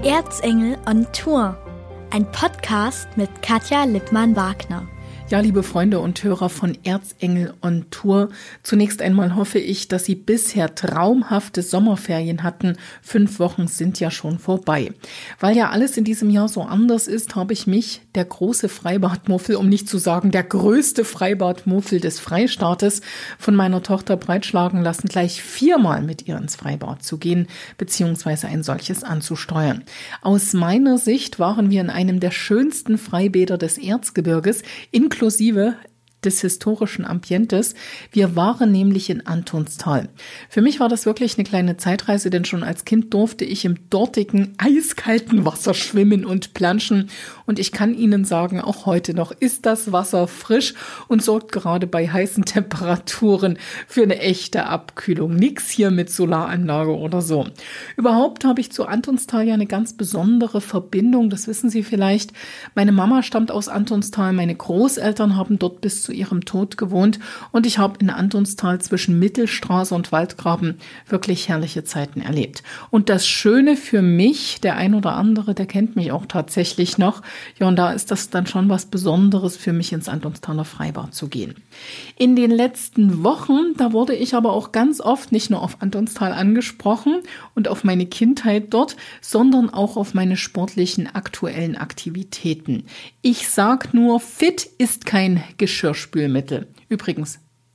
Erzengel on Tour, ein Podcast mit Katja Lippmann-Wagner. Ja, liebe Freunde und Hörer von Erzengel on Tour, zunächst einmal hoffe ich, dass Sie bisher traumhafte Sommerferien hatten. 5 Wochen sind ja schon vorbei. Weil ja alles in diesem Jahr so anders ist, habe ich mich, der große Freibadmuffel, um nicht zu sagen der größte Freibadmuffel des Freistaates, von meiner Tochter breitschlagen lassen, gleich 4-mal mit ihr ins Freibad zu gehen, beziehungsweise ein solches anzusteuern. Aus meiner Sicht waren wir in einem der schönsten Freibäder des Erzgebirges, inklusive des historischen Ambientes. Wir waren nämlich in Antonstal. Für mich war das wirklich eine kleine Zeitreise, denn schon als Kind durfte ich im dortigen eiskalten Wasser schwimmen und planschen. Und ich kann Ihnen sagen, auch heute noch ist das Wasser frisch und sorgt gerade bei heißen Temperaturen für eine echte Abkühlung. Nix hier mit Solaranlage oder so. Überhaupt habe ich zu Antonstal ja eine ganz besondere Verbindung. Das wissen Sie vielleicht. Meine Mama stammt aus Antonstal. Meine Großeltern haben dort bis zu ihrem Tod gewohnt und ich habe in Antonstal zwischen Mittelstraße und Waldgraben wirklich herrliche Zeiten erlebt. Und das Schöne für mich, der ein oder andere, der kennt mich auch tatsächlich noch, ja, und da ist das dann schon was Besonderes für mich, ins Antonstaler Freibad zu gehen. In den letzten Wochen, da wurde ich aber auch ganz oft nicht nur auf Antonstal angesprochen und auf meine Kindheit dort, sondern auch auf meine sportlichen aktuellen Aktivitäten. Ich sag nur, fit ist kein Geschirrspülmittel. Übrigens,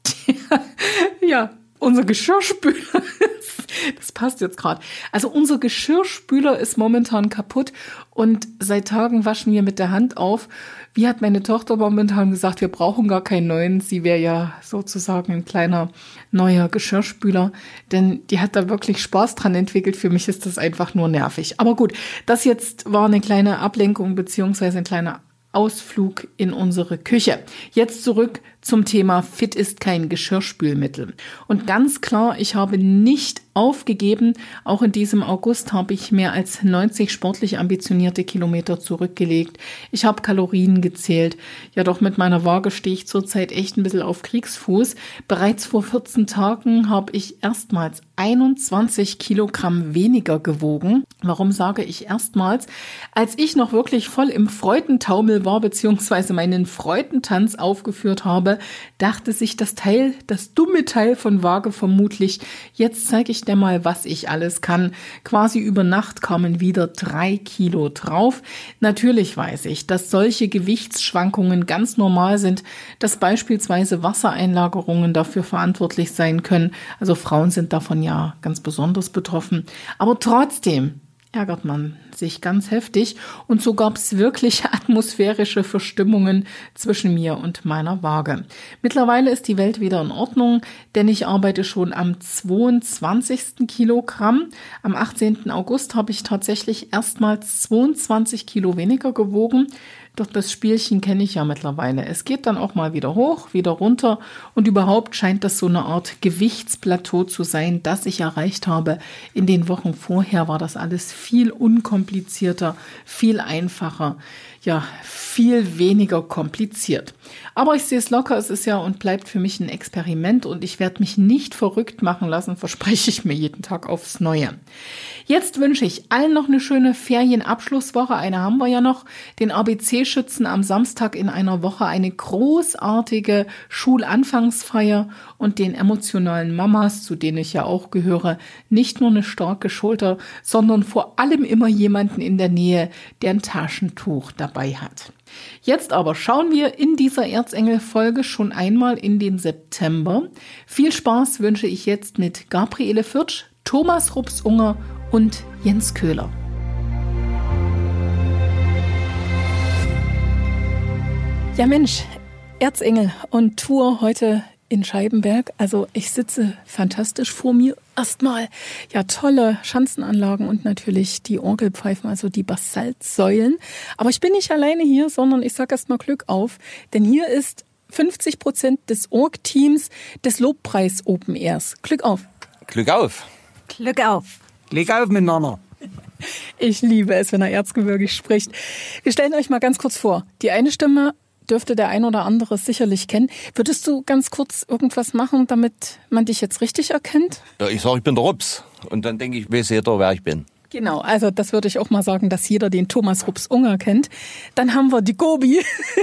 ja, unser Geschirrspüler, das passt jetzt gerade. Also unser Geschirrspüler ist momentan kaputt und seit Tagen waschen wir mit der Hand auf. Wie hat meine Tochter momentan gesagt, wir brauchen gar keinen neuen. Sie wäre ja sozusagen ein kleiner neuer Geschirrspüler, denn die hat da wirklich Spaß dran entwickelt. Für mich ist das einfach nur nervig. Aber gut, das jetzt war eine kleine Ablenkung beziehungsweise ein kleiner Ausflug in unsere Küche. Jetzt zurück zum Thema Fit ist kein Geschirrspülmittel. Und ganz klar, ich habe nicht aufgegeben. Auch in diesem August habe ich mehr als 90 sportlich ambitionierte Kilometer zurückgelegt. Ich habe Kalorien gezählt. Ja, doch mit meiner Waage stehe ich zurzeit echt ein bisschen auf Kriegsfuß. Bereits vor 14 Tagen habe ich erstmals 21 Kilogramm weniger gewogen. Warum sage ich erstmals? Als ich noch wirklich voll im Freudentaumel war, beziehungsweise meinen Freudentanz aufgeführt habe, dachte sich das dumme Teil von Waage vermutlich, jetzt zeige ich dir mal, was ich alles kann. Quasi über Nacht kamen wieder 3 Kilo drauf. Natürlich weiß ich, dass solche Gewichtsschwankungen ganz normal sind, dass beispielsweise Wassereinlagerungen dafür verantwortlich sein können. Also Frauen sind davon ja ganz besonders betroffen. Aber trotzdem ärgert man sich ganz heftig und so gab es wirklich atmosphärische Verstimmungen zwischen mir und meiner Waage. Mittlerweile ist die Welt wieder in Ordnung, denn ich arbeite schon am 22. Kilogramm. Am 18. August habe ich tatsächlich erstmals 22 Kilo weniger gewogen. Doch das Spielchen kenne ich ja mittlerweile. Es geht dann auch mal wieder hoch, wieder runter und überhaupt scheint das so eine Art Gewichtsplateau zu sein, das ich erreicht habe. In den Wochen vorher war das alles viel unkomplizierter, viel einfacher, ja, viel weniger kompliziert. Aber ich sehe es locker, es ist ja und bleibt für mich ein Experiment und ich werde mich nicht verrückt machen lassen, verspreche ich mir jeden Tag aufs Neue. Jetzt wünsche ich allen noch eine schöne Ferienabschlusswoche. Eine haben wir ja noch, den ABC-Schützen am Samstag in einer Woche, eine großartige Schulanfangsfeier und den emotionalen Mamas, zu denen ich ja auch gehöre, nicht nur eine starke Schulter, sondern vor allem immer jemanden in der Nähe, der ein Taschentuch dabei hat. Jetzt aber schauen wir in dieser Erzengel-Folge schon einmal in den September. Viel Spaß wünsche ich jetzt mit Gabriele Fürtsch, Thomas Rups-Unger und Jens Köhler. Ja Mensch, Erzengel on Tour heute in Scheibenberg. Also ich sitze fantastisch vor mir. Erstmal ja tolle Schanzenanlagen und natürlich die Orgelpfeifen, also die Basaltsäulen. Aber ich bin nicht alleine hier, sondern ich sage erstmal Glück auf, denn hier ist 50% des Org-Teams des Lobpreis Open Airs. Glück auf. Glück auf. Glück auf. Glück auf miteinander. Ich liebe es, wenn er erzgebirgisch spricht. Wir stellen euch mal ganz kurz vor. Die eine Stimme dürfte der ein oder andere sicherlich kennen. Würdest du ganz kurz irgendwas machen, damit man dich jetzt richtig erkennt? Ja, ich sage, ich bin der Rups. Und dann denke ich, weiß jeder, wer ich bin. Genau, also das würde ich auch mal sagen, dass jeder den Thomas Rups-Unger kennt. Dann haben wir die Gobi.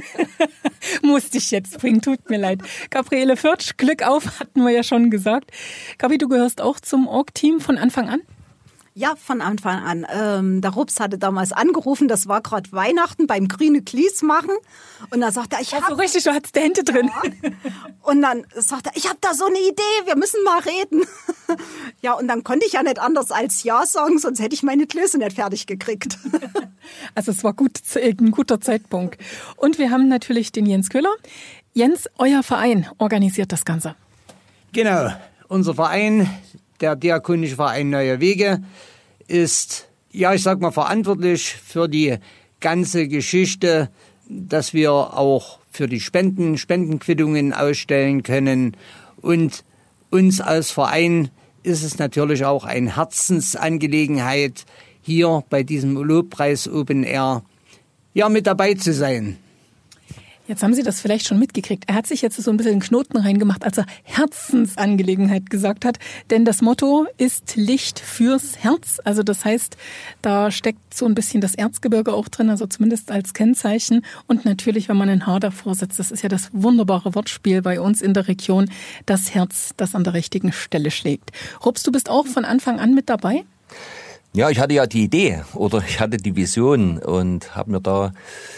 Musste ich jetzt bringen, tut mir leid. Gabriele Förtsch, Glück auf, hatten wir ja schon gesagt. Gabi, du gehörst auch zum Org-Team von Anfang an? Ja, von Anfang an. Der Rups hatte damals angerufen, das war gerade Weihnachten beim Grüne Klies machen. Und da sagte er, ich habe... So richtig, du hattest die Hände drin. Ja. Und dann sagte er, ich habe da so eine Idee, wir müssen mal reden. Ja, und dann konnte ich ja nicht anders als Ja sagen, sonst hätte ich meine Klöße nicht fertig gekriegt. Also es war ein guter Zeitpunkt. Und wir haben natürlich den Jens Köhler. Jens, euer Verein organisiert das Ganze. Genau, unser Verein, der Diakonische Verein Neue Wege, ist, ja, ich sag mal, verantwortlich für die ganze Geschichte, dass wir auch für die Spendenquittungen ausstellen können. Und uns als Verein ist es natürlich auch eine Herzensangelegenheit, hier bei diesem Lobpreis Open Air ja mit dabei zu sein. Jetzt haben Sie das vielleicht schon mitgekriegt. Er hat sich jetzt so ein bisschen einen Knoten reingemacht, als er Herzensangelegenheit gesagt hat. Denn das Motto ist Licht fürs Herz. Also das heißt, da steckt so ein bisschen das Erzgebirge auch drin, also zumindest als Kennzeichen. Und natürlich, wenn man ein Haar davor setzt, das ist ja das wunderbare Wortspiel bei uns in der Region, das Herz, das an der richtigen Stelle schlägt. Rups, du bist auch von Anfang an mit dabei? Ja, ich hatte ja die Idee oder ich hatte die Vision und habe mir da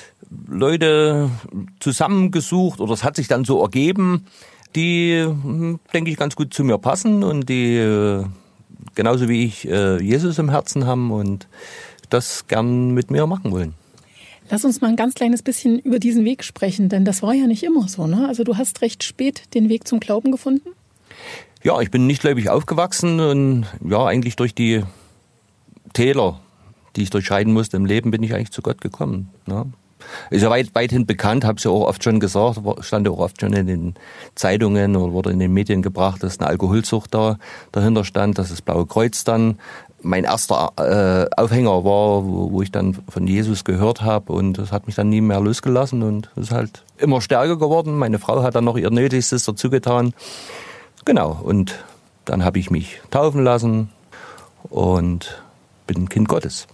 Leute zusammengesucht oder es hat sich dann so ergeben, die, denke ich, ganz gut zu mir passen und die genauso wie ich Jesus im Herzen haben und das gern mit mir machen wollen. Lass uns mal ein ganz kleines bisschen über diesen Weg sprechen, denn das war ja nicht immer so, ne? Also du hast recht spät den Weg zum Glauben gefunden? Ja, ich bin nichtgläubig aufgewachsen und ja, eigentlich durch die Täler, die ich durchschreiten musste im Leben, bin ich eigentlich zu Gott gekommen, ne? Ist ja weithin bekannt, habe es ja auch oft schon gesagt, stand ja auch oft schon in den Zeitungen oder wurde in den Medien gebracht, dass eine Alkoholsucht dahinter stand, dass das Blaue Kreuz dann mein erster Aufhänger war, wo ich dann von Jesus gehört habe und das hat mich dann nie mehr losgelassen und es ist halt immer stärker geworden. Meine Frau hat dann noch ihr Nötigstes dazu getan. Genau, und dann habe ich mich taufen lassen und bin Kind Gottes.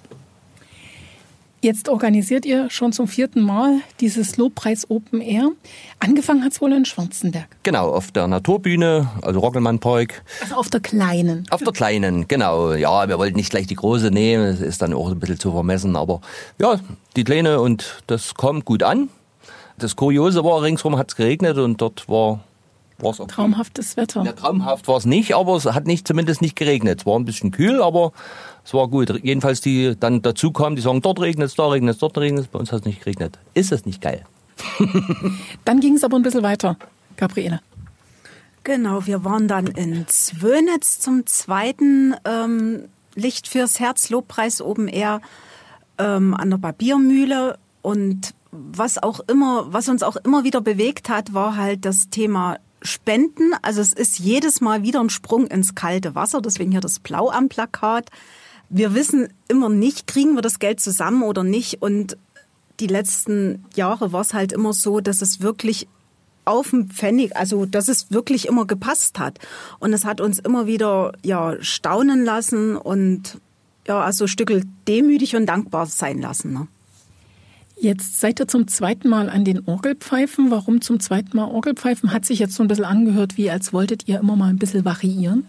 Jetzt organisiert ihr schon zum 4. Mal dieses Lobpreis Open Air. Angefangen hat es wohl in Schwarzenberg. Genau, auf der Naturbühne, also Rockelmann-Park. Also auf der kleinen. Auf der kleinen, genau. Ja, wir wollten nicht gleich die große nehmen, das ist dann auch ein bisschen zu vermessen. Aber ja, die kleine und das kommt gut an. Das Kuriose war, ringsherum hat es geregnet und dort war es okay. Traumhaftes Wetter. Ja, traumhaft war es nicht, aber es hat zumindest nicht geregnet. Es war ein bisschen kühl, aber es war gut. Jedenfalls die dann dazu kamen, die sagen, dort regnet es, da regnet es, dort regnet es. Bei uns hat es nicht geregnet. Ist das nicht geil? Dann ging es aber ein bisschen weiter, Gabriele. Genau, wir waren dann in Zwönitz zum zweiten Licht fürs Herz Lobpreis Open Air an der Papiermühle. Und was uns auch immer wieder bewegt hat, war halt das Thema Spenden. Also es ist jedes Mal wieder ein Sprung ins kalte Wasser, deswegen hier das Blau am Plakat. Wir wissen immer nicht, kriegen wir das Geld zusammen oder nicht. Und die letzten Jahre war es halt immer so, dass es wirklich auf den Pfennig, also dass es wirklich immer gepasst hat. Und es hat uns immer wieder staunen lassen und also ein Stückel demütig und dankbar sein lassen, ne? Jetzt seid ihr zum 2. Mal an den Orgelpfeifen. Warum zum 2. Mal Orgelpfeifen? Hat sich jetzt so ein bisschen angehört, wie als wolltet ihr immer mal ein bisschen variieren?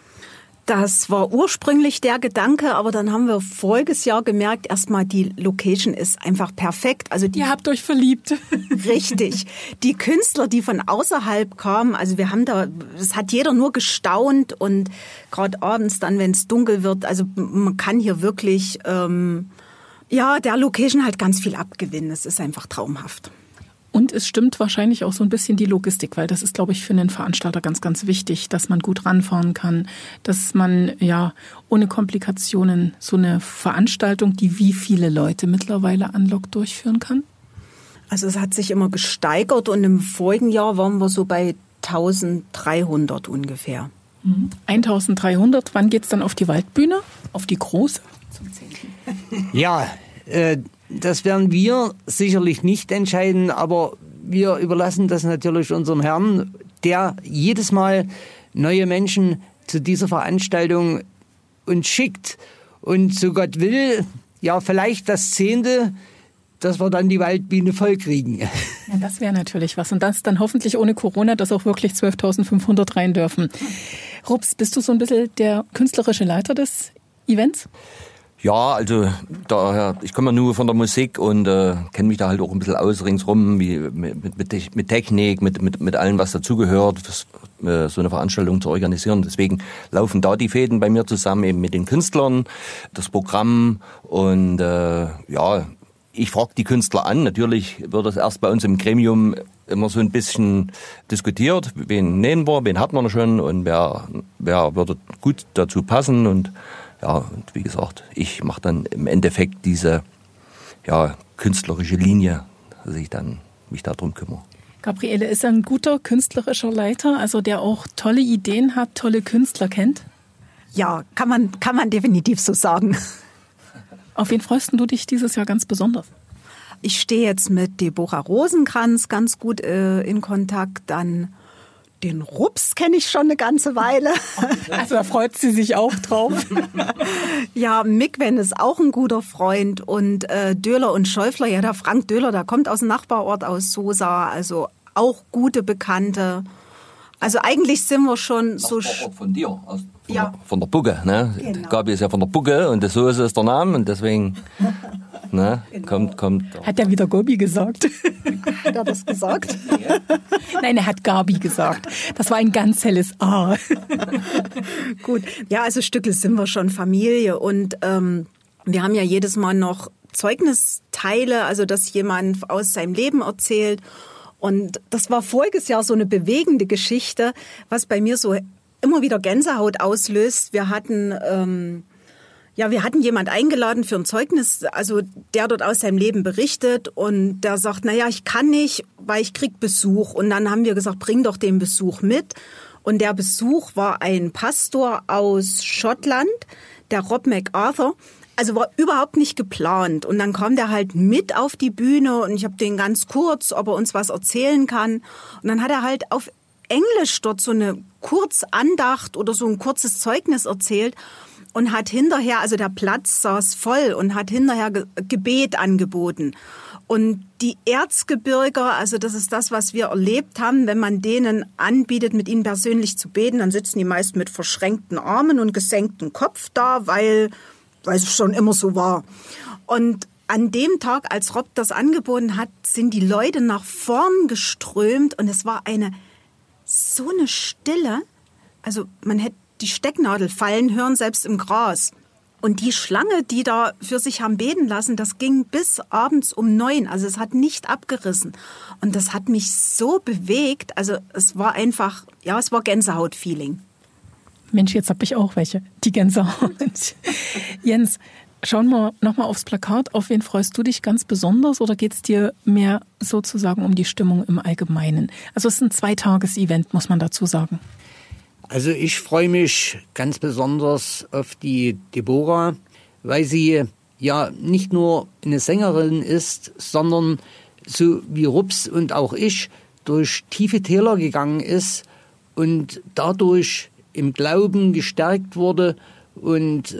Das war ursprünglich der Gedanke, aber dann haben wir voriges Jahr gemerkt, erstmal die Location ist einfach perfekt. Also ihr habt euch verliebt. Richtig. Die Künstler, die von außerhalb kamen, also es hat jeder nur gestaunt und gerade abends dann, wenn es dunkel wird, also man kann hier wirklich der Location halt ganz viel abgewinnen. Es ist einfach traumhaft. Und es stimmt wahrscheinlich auch so ein bisschen die Logistik, weil das ist, glaube ich, für einen Veranstalter ganz, ganz wichtig, dass man gut ranfahren kann, dass man ohne Komplikationen so eine Veranstaltung, die wie viele Leute mittlerweile anlockt, durchführen kann. Also es hat sich immer gesteigert und im vorigen Jahr waren wir so bei 1300 ungefähr. 1300. Wann geht's dann auf die Waldbühne? Auf die große? Zum 10. Ja, das werden wir sicherlich nicht entscheiden, aber wir überlassen das natürlich unserem Herrn, der jedes Mal neue Menschen zu dieser Veranstaltung uns schickt. Und so Gott will, ja vielleicht das 10., dass wir dann die Waldbiene voll kriegen. Ja, das wäre natürlich was. Und das dann hoffentlich ohne Corona, dass auch wirklich 12.500 rein dürfen. Rups, bist du so ein bisschen der künstlerische Leiter des Events? Ja, also ich komme ja nur von der Musik und kenne mich da halt auch ein bisschen aus ringsrum, wie mit Technik, mit allem, was dazugehört, so eine Veranstaltung zu organisieren. Deswegen laufen da die Fäden bei mir zusammen, eben mit den Künstlern, das Programm und ich frage die Künstler an. Natürlich wird das erst bei uns im Gremium immer so ein bisschen diskutiert. Wen nehmen wir, wen hat man schon und wer würde gut dazu passen. Und wie gesagt, ich mache dann im Endeffekt diese künstlerische Linie, dass ich dann mich darum kümmere. Gabriele ist ein guter künstlerischer Leiter, also der auch tolle Ideen hat, tolle Künstler kennt? Ja, kann man definitiv so sagen. Auf wen freust du dich dieses Jahr ganz besonders? Ich stehe jetzt mit Deborah Rosenkranz ganz gut in Kontakt. Dann den Rups kenne ich schon eine ganze Weile. Also da freut sie sich auch drauf. Ja, Mickwen ist auch ein guter Freund. Und Döhler und Schäufler, ja, der Frank Döhler, der kommt aus dem Nachbarort aus Sosa. Also auch gute Bekannte. Also eigentlich sind wir schon so... Von dir, von der Bugge, ne? Genau. Gabi ist ja von der Bugge und das Soße ist der Name und deswegen ne, genau. kommt. Hat er wieder Gabi gesagt? Hat er das gesagt? Nein, er hat Gabi gesagt. Das war ein ganz helles A. Gut, ja, also Stückel sind wir schon Familie und wir haben ja jedes Mal noch Zeugnisteile, also dass jemand aus seinem Leben erzählt. Und das war voriges Jahr so eine bewegende Geschichte, was bei mir so immer wieder Gänsehaut auslöst. Wir hatten jemand eingeladen für ein Zeugnis, also der dort aus seinem Leben berichtet und der sagt, ich kann nicht, weil ich krieg Besuch. Und dann haben wir gesagt, bring doch den Besuch mit. Und der Besuch war ein Pastor aus Schottland, der Rob MacArthur. Also war überhaupt nicht geplant. Und dann kam der halt mit auf die Bühne und ich habe den ganz kurz, ob er uns was erzählen kann. Und dann hat er halt auf Englisch dort so eine Kurzandacht oder so ein kurzes Zeugnis erzählt und hat hinterher, also der Platz saß voll und hat hinterher Gebet angeboten. Und die Erzgebirger, also das ist das, was wir erlebt haben, wenn man denen anbietet, mit ihnen persönlich zu beten, dann sitzen die meist mit verschränkten Armen und gesenktem Kopf da, weil es schon immer so war. Und an dem Tag, als Rob das angeboten hat, sind die Leute nach vorn geströmt und es war so eine Stille. Also man hätte die Stecknadel fallen hören, selbst im Gras. Und die Schlange, die da für sich haben beten lassen, das ging bis abends um 9. Also es hat nicht abgerissen. Und das hat mich so bewegt. Also es war einfach, es war Gänsehaut-Feeling. Mensch, jetzt habe ich auch welche. Die Gänsehaut. Jens, schauen wir nochmal aufs Plakat. Auf wen freust du dich ganz besonders oder geht es dir mehr sozusagen um die Stimmung im Allgemeinen? Also es ist ein 2-Tages-Event, muss man dazu sagen. Also ich freue mich ganz besonders auf die Deborah, weil sie ja nicht nur eine Sängerin ist, sondern so wie Rups und auch ich durch tiefe Täler gegangen ist und dadurch im Glauben gestärkt wurde und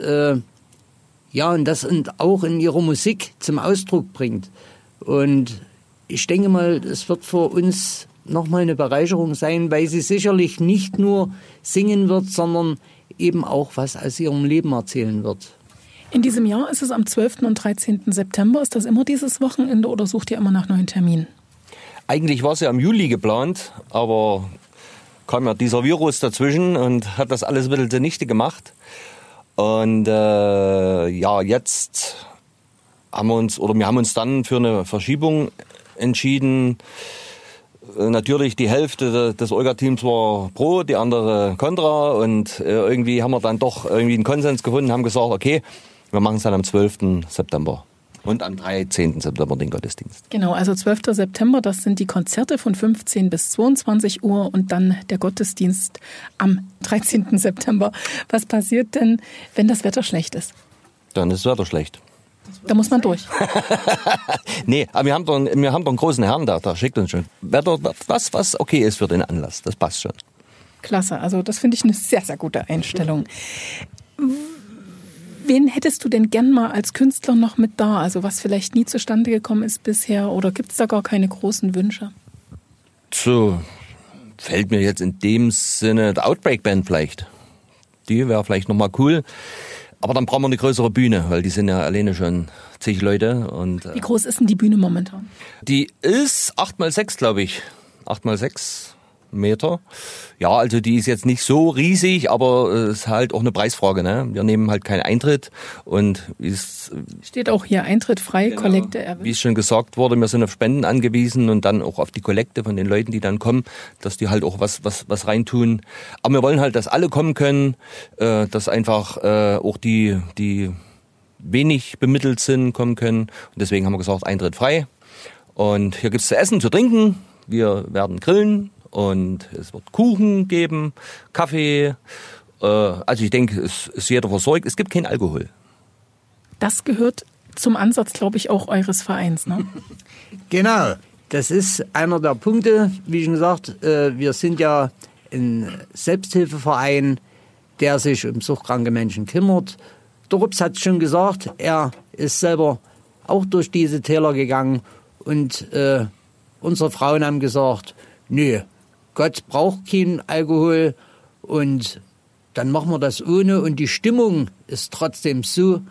und das auch in ihrer Musik zum Ausdruck bringt. Und ich denke mal, es wird für uns nochmal eine Bereicherung sein, weil sie sicherlich nicht nur singen wird, sondern eben auch was aus ihrem Leben erzählen wird. In diesem Jahr ist es am 12. und 13. September. Ist das immer dieses Wochenende oder sucht ihr immer nach neuen Terminen? Eigentlich war es ja im Juli geplant, aber kam ja dieser Virus dazwischen und hat das alles ein bisschen zunichte gemacht. Und jetzt haben wir uns dann für eine Verschiebung entschieden. Natürlich die Hälfte des Olga-Teams war pro, die andere kontra und irgendwie haben wir dann doch irgendwie einen Konsens gefunden, haben gesagt, okay, wir machen es dann am 12. September. Und am 13. September den Gottesdienst. Genau, also 12. September, das sind die Konzerte von 15 bis 22 Uhr und dann der Gottesdienst am 13. September. Was passiert denn, wenn das Wetter schlecht ist? Dann ist das Wetter schlecht. Da muss man durch. Nee, aber wir haben doch einen großen Herrn da schickt uns schon Wetter, was okay ist für den Anlass. Das passt schon. Klasse, also das finde ich eine sehr, sehr gute Einstellung. Wen hättest du denn gern mal als Künstler noch mit da? Also was vielleicht nie zustande gekommen ist bisher, oder gibt es da gar keine großen Wünsche? So, fällt mir jetzt in dem Sinne der Outbreak Band vielleicht. Die wäre vielleicht nochmal cool. Aber dann brauchen wir eine größere Bühne, weil die sind ja alleine schon zig Leute. Und, wie groß ist denn die Bühne momentan? Die ist 8x6, glaube ich. 8x6 Meter. Ja, also die ist jetzt nicht so riesig, aber es ist halt auch eine Preisfrage. Ne? Wir nehmen halt keinen Eintritt und steht auch hier Eintritt frei, genau. Kollekte erwünscht. Wie es schon gesagt wurde, wir sind auf Spenden angewiesen und dann auch auf die Kollekte von den Leuten, die dann kommen, dass die halt auch was reintun. Aber wir wollen halt, dass alle kommen können, dass einfach auch die wenig bemittelt sind, kommen können. Und deswegen haben wir gesagt, Eintritt frei. Und hier gibt's zu essen, zu trinken. Wir werden grillen. Und es wird Kuchen geben, Kaffee. Also ich denke, es ist jeder versorgt. Es gibt keinen Alkohol. Das gehört zum Ansatz, glaube ich, auch eures Vereins, ne? Genau. Das ist einer der Punkte. Wie schon gesagt, wir sind ja ein Selbsthilfeverein, der sich um suchtkranke Menschen kümmert. Der Rups hat es schon gesagt, er ist selber auch durch diese Täler gegangen. Und unsere Frauen haben gesagt, nö, Gott braucht keinen Alkohol und dann machen wir das ohne. Und die Stimmung ist trotzdem so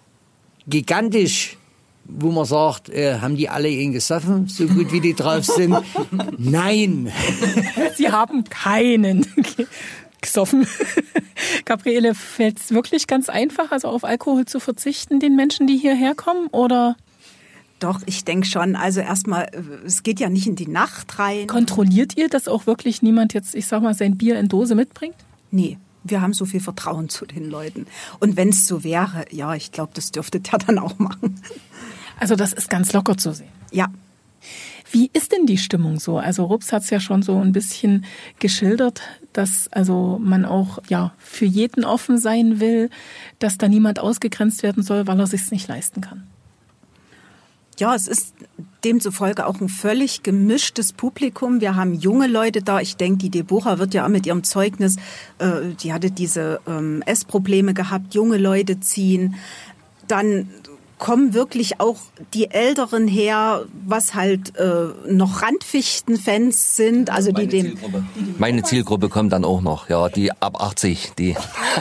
gigantisch, wo man sagt, haben die alle ihn gesoffen, so gut wie die drauf sind? Nein. Sie haben keinen gesoffen. Gabriele, fällt es wirklich ganz einfach, also auf Alkohol zu verzichten, den Menschen, die hierher kommen, oder? Doch, ich denke schon. Also erstmal, es geht ja nicht in die Nacht rein. Kontrolliert ihr, dass auch wirklich niemand jetzt, ich sag mal, sein Bier in Dose mitbringt? Nee, wir haben so viel Vertrauen zu den Leuten. Und wenn es so wäre, ja, ich glaube, das dürfte der dann auch machen. Also das ist ganz locker zu sehen. Ja. Wie ist denn die Stimmung so? Also Rups hat es ja schon so ein bisschen geschildert, dass also man auch ja für jeden offen sein will, dass da niemand ausgegrenzt werden soll, weil er sich's nicht leisten kann. Ja, es ist demzufolge auch ein völlig gemischtes Publikum. Wir haben junge Leute da. Ich denke, die Deborah wird ja auch mit ihrem Zeugnis, die hatte diese Essprobleme gehabt, junge Leute ziehen. Dann kommen wirklich auch die Älteren her, was halt noch Randfichten-Fans sind. Also meine Zielgruppe kommt dann auch noch, ja, die ab 80, die.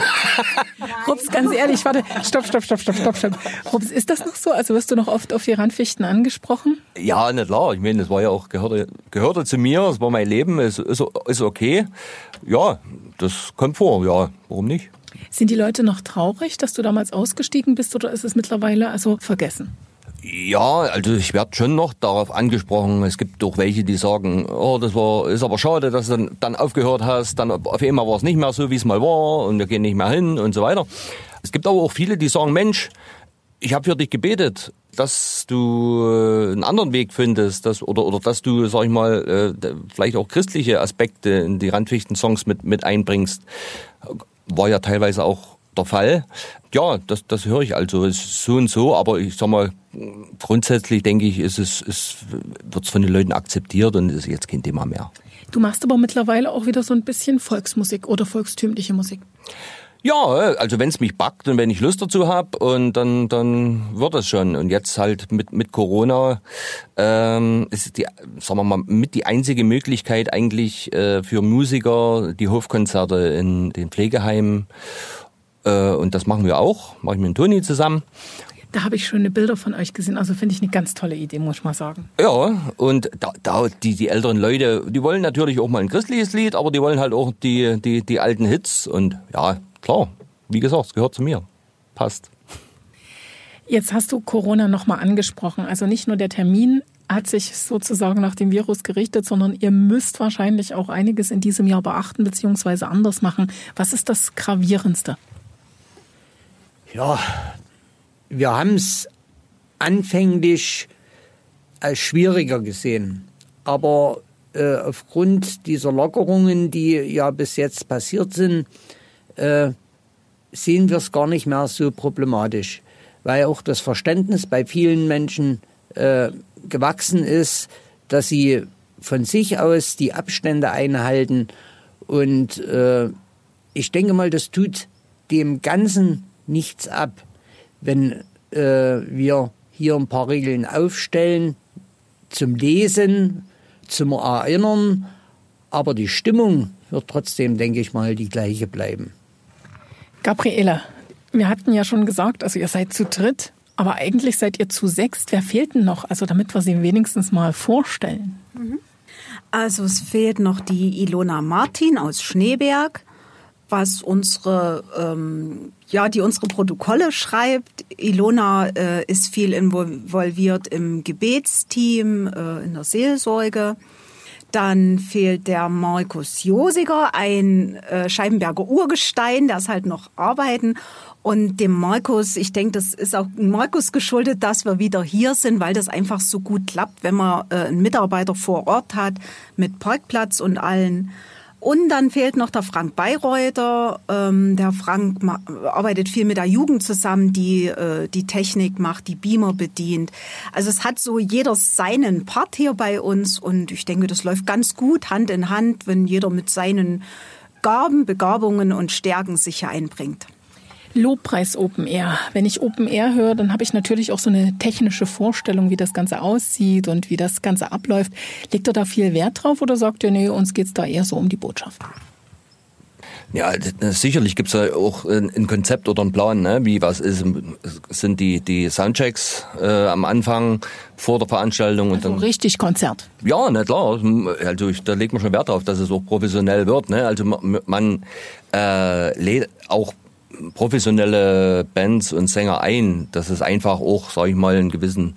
Rups, ganz ehrlich, warte, stopp. Rups, ist das noch so? Also wirst du noch oft auf die Randfichten angesprochen? Ja, na klar. Ich meine, das war ja auch, gehörte zu mir, das war mein Leben, ist okay. Ja, das kommt vor, ja, warum nicht? Sind die Leute noch traurig, dass du damals ausgestiegen bist, oder ist es mittlerweile also vergessen? Ja, also ich werde schon noch darauf angesprochen. Es gibt doch welche, die sagen, oh, ist aber schade, dass du dann aufgehört hast. Dann auf einmal war es nicht mehr so, wie es mal war und wir gehen nicht mehr hin und so weiter. Es gibt aber auch viele, die sagen, Mensch, ich habe für dich gebetet, dass du einen anderen Weg findest, oder dass du, sag ich mal, vielleicht auch christliche Aspekte in die Randfichten-Songs mit einbringst. War ja teilweise auch der Fall. Ja, das höre ich also. Es ist so und so, aber ich sag mal, grundsätzlich denke ich, wird es von den Leuten akzeptiert und ist jetzt kein Thema mehr. Du machst aber mittlerweile auch wieder so ein bisschen Volksmusik oder volkstümliche Musik. Ja, also wenn es mich packt und wenn ich Lust dazu habe, und dann wird es schon. Und jetzt halt mit Corona ist sagen wir mal, mit die einzige Möglichkeit eigentlich für Musiker die Hofkonzerte in den Pflegeheimen. Und das machen wir auch, mache ich mit Toni zusammen. Da habe ich schöne Bilder von euch gesehen, also finde ich eine ganz tolle Idee, muss ich mal sagen. Ja, und da die älteren Leute, die wollen natürlich auch mal ein christliches Lied, aber die wollen halt auch die alten Hits. Und ja, klar, wie gesagt, es gehört zu mir. Passt. Jetzt hast du Corona nochmal angesprochen. Also nicht nur der Termin hat sich sozusagen nach dem Virus gerichtet, sondern ihr müsst wahrscheinlich auch einiges in diesem Jahr beachten bzw. anders machen. Was ist das Gravierendste? Ja, wir haben es anfänglich als schwieriger gesehen. Aber aufgrund dieser Lockerungen, die ja bis jetzt passiert sind, sehen wir es gar nicht mehr so problematisch. Weil auch das Verständnis bei vielen Menschen gewachsen ist, dass sie von sich aus die Abstände einhalten. Und ich denke mal, das tut dem Ganzen nichts ab. wenn wir hier ein paar Regeln aufstellen zum Lesen, zum Erinnern, aber die Stimmung wird trotzdem, denke ich mal, die gleiche bleiben. Gabriele, wir hatten ja schon gesagt, also ihr seid zu dritt, aber eigentlich seid ihr zu sechst. Wer fehlt denn noch? Also damit wir sie wenigstens mal vorstellen. Also es fehlt noch die Ilona Martin aus Schneeberg, was unsere Protokolle schreibt. Ilona ist viel involviert im Gebetsteam, in der Seelsorge. Dann fehlt der Markus Josiger, ein Scheibenberger Urgestein, der ist halt noch arbeiten. Und dem Markus, ich denke, das ist auch Markus geschuldet, dass wir wieder hier sind, weil das einfach so gut klappt, wenn man einen Mitarbeiter vor Ort hat mit Parkplatz und allen. Und dann fehlt noch der Frank Bayreuther. Der Frank arbeitet viel mit der Jugend zusammen, die die Technik macht, die Beamer bedient. Also es hat so jeder seinen Part hier bei uns und ich denke, das läuft ganz gut Hand in Hand, wenn jeder mit seinen Gaben, Begabungen und Stärken sich hier einbringt. Lobpreis Open Air. Wenn ich Open Air höre, dann habe ich natürlich auch so eine technische Vorstellung, wie das Ganze aussieht und wie das Ganze abläuft. Legt ihr da viel Wert drauf oder sagt ihr, nee, uns geht's da eher so um die Botschaft? Ja, sicherlich gibt's ja auch ein Konzept oder einen Plan, ne? Wie was ist, sind die Soundchecks am Anfang vor der Veranstaltung und also dann richtig Konzert. Ja, na klar. Also da legt man schon Wert drauf, dass es auch professionell wird, ne? Also man lädt auch professionelle Bands und Sänger ein, dass es einfach auch, sage ich mal, einen gewissen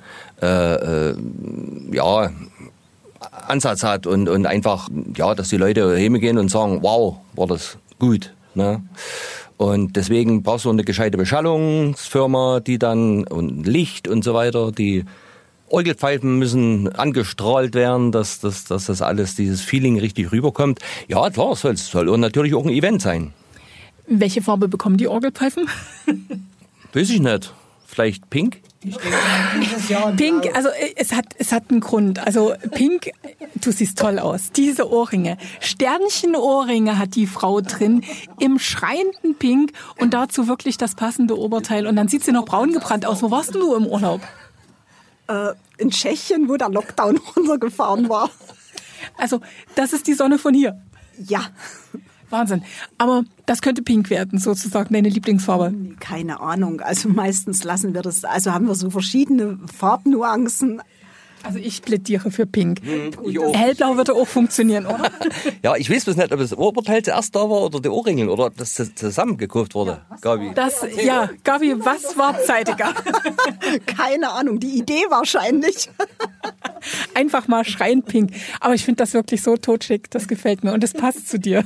Ansatz hat und einfach, ja, dass die Leute heimgehen und sagen, wow, war das gut, ne? Und deswegen brauchst du eine gescheite Beschallungsfirma, die dann, und Licht und so weiter, die Orgelpfeifen müssen angestrahlt werden, dass das alles, dieses Feeling richtig rüberkommt. Ja, klar, es soll natürlich auch ein Event sein. Welche Farbe bekommen die Orgelpfeifen? Weiß ich nicht. Vielleicht pink? Ich denke, dieses Jahr Pink, also es hat einen Grund. Also pink, du siehst toll aus. Diese Ohrringe. Sternchenohrringe hat die Frau drin, im schreienden Pink und dazu wirklich das passende Oberteil. Und dann sieht sie noch braun gebrannt aus. Wo warst du im Urlaub? In Tschechien, wo der Lockdown runtergefahren war. Also das ist die Sonne von hier. Ja. Wahnsinn. Aber das könnte pink werden, sozusagen deine Lieblingsfarbe. Keine Ahnung. Also meistens lassen wir das, also haben wir so verschiedene Farbnuancen. Also ich plädiere für pink. Hellblau würde auch funktionieren, oder? Ja, ich weiß bis nicht, ob das Oberteil zuerst da war oder die Ohrringe oder ob das zusammen gekauft wurde, Gabi. Gabi, was war zeitiger? Keine Ahnung, die Idee wahrscheinlich. Einfach mal schreien pink. Aber ich finde das wirklich so totschick, das gefällt mir und es passt zu dir.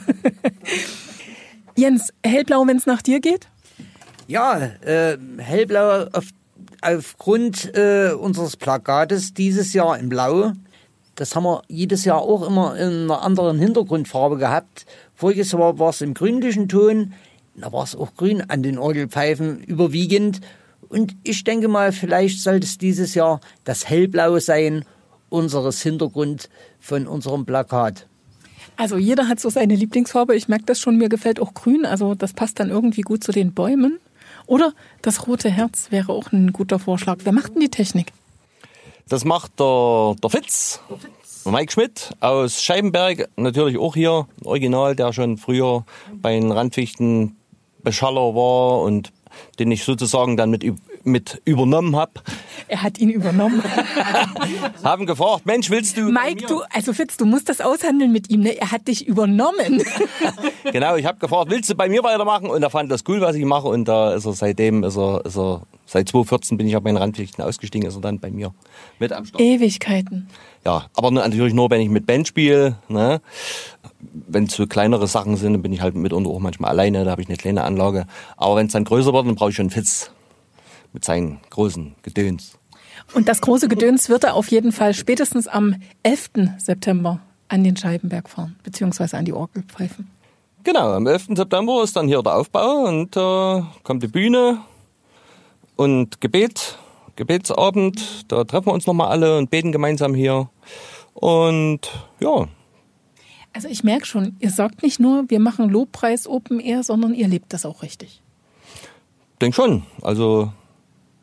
Jens, hellblau, wenn es nach dir geht? Ja, hellblau aufgrund unseres Plakates dieses Jahr in Blau. Das haben wir jedes Jahr auch immer in einer anderen Hintergrundfarbe gehabt. Voriges Jahr war es im grünlichen Ton, da war es auch grün an den Orgelpfeifen überwiegend. Und ich denke mal, vielleicht sollte es dieses Jahr das Hellblaue sein, unseres Hintergrund von unserem Plakat. Also jeder hat so seine Lieblingsfarbe. Ich merke das schon, mir gefällt auch grün. Also das passt dann irgendwie gut zu den Bäumen. Oder das rote Herz wäre auch ein guter Vorschlag. Wer macht denn die Technik? Das macht der Fitz, Mike Schmidt aus Scheibenberg. Natürlich auch hier, Original, der schon früher bei den Randfichten Beschaller war und den ich sozusagen dann mit übernommen habe. Er hat ihn übernommen. Haben gefragt, Mensch, willst du... Mike, Fitz, du musst das aushandeln mit ihm, ne? Er hat dich übernommen. Genau, ich habe gefragt, willst du bei mir weitermachen? Und er fand das cool, was ich mache. Und da ist er seit 2014 bin ich auf meinen Randfichten ausgestiegen, ist er dann bei mir mit am Start. Ewigkeiten. Ja, aber natürlich nur, wenn ich mit Band spiele, ne? Wenn es so kleinere Sachen sind, dann bin ich halt mitunter auch manchmal alleine, da habe ich eine kleine Anlage. Aber wenn es dann größer wird, dann brauche ich schon einen Fitz mit seinen großen Gedöns. Und das große Gedöns wird er auf jeden Fall spätestens am 11. September an den Scheibenberg fahren, beziehungsweise an die Orgelpfeifen. Genau, am 11. September ist dann hier der Aufbau und kommt die Bühne und Gebetsabend. Da treffen wir uns nochmal alle und beten gemeinsam hier. Und ja. Also ich merke schon, ihr sagt nicht nur, wir machen Lobpreis Open Air, sondern ihr lebt das auch richtig. Denk schon. Also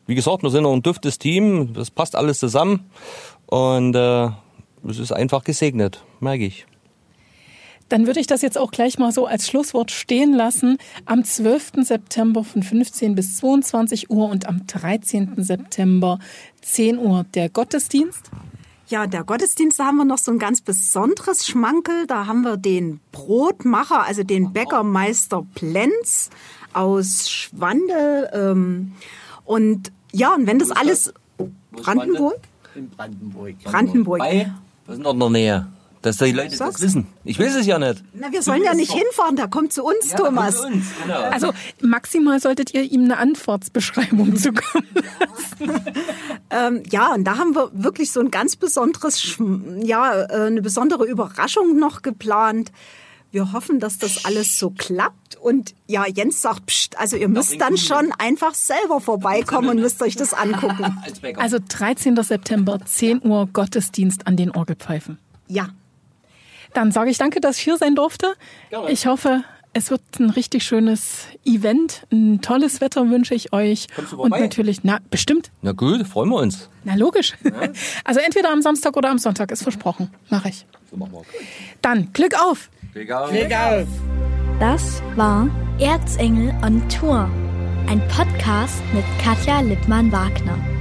wie gesagt, wir sind noch ein duftes Team, das passt alles zusammen und es ist einfach gesegnet, merke ich. Dann würde ich das jetzt auch gleich mal so als Schlusswort stehen lassen. Am 12. September von 15 bis 22 Uhr und am 13. September 10 Uhr der Gottesdienst. Ja, der Gottesdienst, da haben wir noch so ein ganz besonderes Schmankerl. Da haben wir den Brotmacher, also den Bäckermeister Plenz aus Schwandel. Und ja, und wenn das alles... Brandenburg? In Brandenburg. Brandenburg. Wir sind dort in der Nähe. Dass die Leute das wissen. Ich weiß es ja nicht. Na, wir sollen ja nicht hinfahren, der kommt zu uns, ja, Thomas. Kommt zu uns, genau. Also maximal solltet ihr ihm eine Antwortbeschreibung zukommen lassen. Ja, und da haben wir wirklich so ein ganz besonderes, eine besondere Überraschung noch geplant. Wir hoffen, dass das alles so klappt. Und ja, Jens sagt, pst, also ihr müsst dann schon einfach selber vorbeikommen und müsst euch das angucken. Also 13. September, 10 Uhr Gottesdienst an den Orgelpfeifen. Ja. Dann sage ich danke, dass ich hier sein durfte. Gerne. Ich hoffe, es wird ein richtig schönes Event. Ein tolles Wetter wünsche ich euch. Kommst du vorbei? Und natürlich, bestimmt. Na gut, freuen wir uns. Na logisch. Ja. Also entweder am Samstag oder am Sonntag, ist versprochen. Mache ich. So machen wir. Dann Glück auf. Glück auf. Glück auf. Das war Erzengel on Tour, ein Podcast mit Katja Lippmann-Wagner.